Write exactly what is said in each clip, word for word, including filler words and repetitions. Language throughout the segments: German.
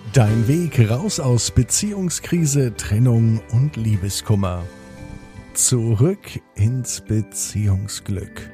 Dein Weg raus aus Beziehungskrise, Trennung und Liebeskummer. Zurück ins Beziehungsglück.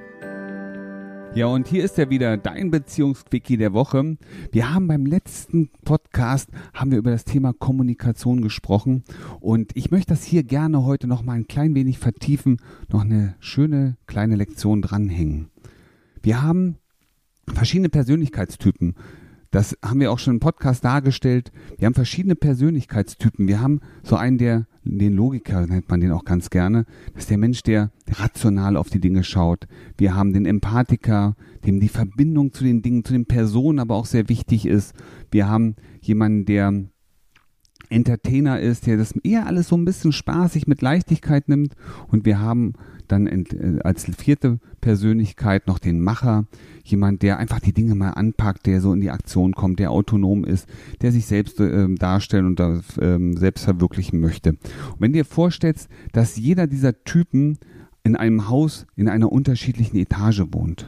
Ja, und hier ist ja wieder dein Beziehungsquickie der Woche. Wir haben beim letzten Podcast haben wir über das Thema Kommunikation gesprochen und ich möchte das hier gerne heute noch mal ein klein wenig vertiefen, noch eine schöne kleine Lektion dranhängen. Wir haben verschiedene Persönlichkeitstypen. Das haben wir auch schon im Podcast dargestellt. Wir haben verschiedene Persönlichkeitstypen. Wir haben so einen, der, den Logiker nennt man den auch ganz gerne. Das ist der Mensch, der rational auf die Dinge schaut. Wir haben den Empathiker, dem die Verbindung zu den Dingen, zu den Personen aber auch sehr wichtig ist. Wir haben jemanden, der Entertainer ist, der das eher alles so ein bisschen spaßig mit Leichtigkeit nimmt. Und wir haben dann als vierte Persönlichkeit noch den Macher, jemand, der einfach die Dinge mal anpackt, der so in die Aktion kommt, der autonom ist, der sich selbst äh, darstellen und äh, selbst verwirklichen möchte. Und wenn du dir vorstellst, dass jeder dieser Typen in einem Haus in einer unterschiedlichen Etage wohnt.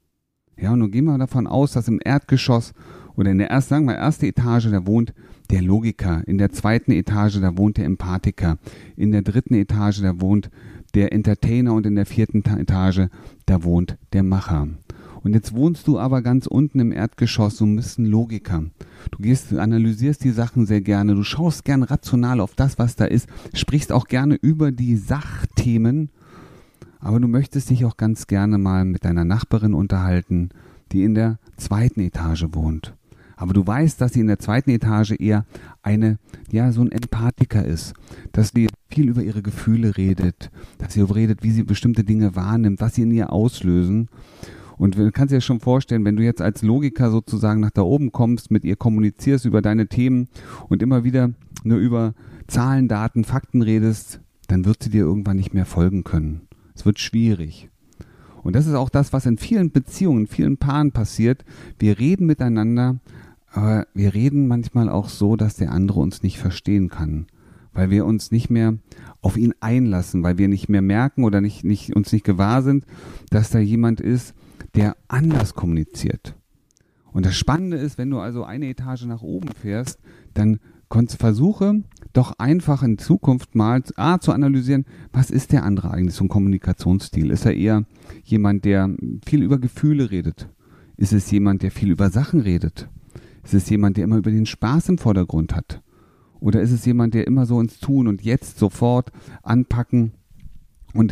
Ja, und nun gehen wir davon aus, dass im Erdgeschoss oder in der ersten, sagen wir, erste Etage, da wohnt der Logiker, in der zweiten Etage, da wohnt der Empathiker, in der dritten Etage, da wohnt der Entertainer und in der vierten Etage, da wohnt der Macher. Und jetzt wohnst du aber ganz unten im Erdgeschoss, so ein bisschen Logiker. Du gehst, du analysierst die Sachen sehr gerne, du schaust gern rational auf das, was da ist, sprichst auch gerne über die Sachthemen, aber du möchtest dich auch ganz gerne mal mit deiner Nachbarin unterhalten, die in der zweiten Etage wohnt. Aber du weißt, dass sie in der zweiten Etage eher eine, ja, so ein Empathiker ist, dass sie viel über ihre Gefühle redet, dass sie redet, wie sie bestimmte Dinge wahrnimmt, was sie in ihr auslösen. Und du kannst dir schon vorstellen, wenn du jetzt als Logiker sozusagen nach da oben kommst, mit ihr kommunizierst über deine Themen und immer wieder nur über Zahlen, Daten, Fakten redest, dann wird sie dir irgendwann nicht mehr folgen können. Es wird schwierig. Und das ist auch das, was in vielen Beziehungen, in vielen Paaren passiert. Wir reden miteinander, aber wir reden manchmal auch so, dass der andere uns nicht verstehen kann, weil wir uns nicht mehr auf ihn einlassen, weil wir nicht mehr merken oder nicht, nicht, uns nicht gewahr sind, dass da jemand ist, der anders kommuniziert. Und das Spannende ist, wenn du also eine Etage nach oben fährst, dann versuche doch einfach in Zukunft mal A, zu analysieren, was ist der andere eigentlich, so ein Kommunikationsstil? Ist er eher jemand, der viel über Gefühle redet? Ist es jemand, der viel über Sachen redet? Ist es jemand, der immer über den Spaß im Vordergrund hat? Oder ist es jemand, der immer so ins Tun und jetzt sofort anpacken? Und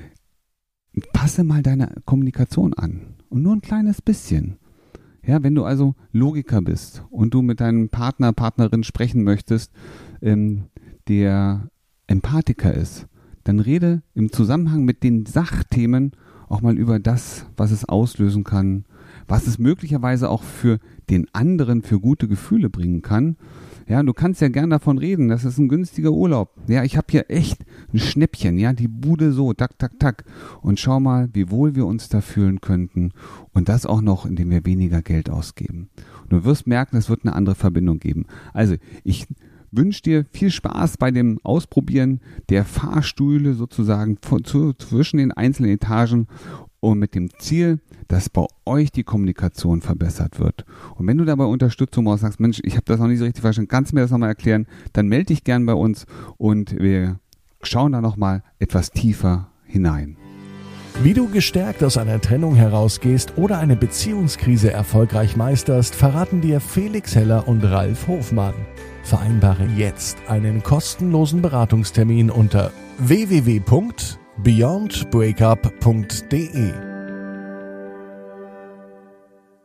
passe mal deine Kommunikation an. Und nur ein kleines bisschen. Ja, wenn du also Logiker bist und du mit deinem Partner, Partnerin sprechen möchtest, ähm, der Empathiker ist, dann rede im Zusammenhang mit den Sachthemen auch mal über das, was es auslösen kann, was es möglicherweise auch für den anderen für gute Gefühle bringen kann. Ja, du kannst ja gern davon reden, das ist ein günstiger Urlaub. Ja, ich habe hier echt ein Schnäppchen, ja, die Bude so, tak, tak, tak. Und schau mal, wie wohl wir uns da fühlen könnten. Und das auch noch, indem wir weniger Geld ausgeben. Und du wirst merken, es wird eine andere Verbindung geben. Also, ich wünsche dir viel Spaß bei dem Ausprobieren der Fahrstühle sozusagen zu, zwischen den einzelnen Etagen und mit dem Ziel, dass bei euch die Kommunikation verbessert wird. Und wenn du dabei Unterstützung brauchst, sagst, Mensch, ich habe das noch nicht so richtig verstanden, kannst du mir das nochmal erklären, dann melde dich gern bei uns und wir schauen da nochmal etwas tiefer hinein. Wie du gestärkt aus einer Trennung herausgehst oder eine Beziehungskrise erfolgreich meisterst, verraten dir Felix Heller und Ralf Hofmann. Vereinbare jetzt einen kostenlosen Beratungstermin unter w w w punkt beyond breakup punkt d e.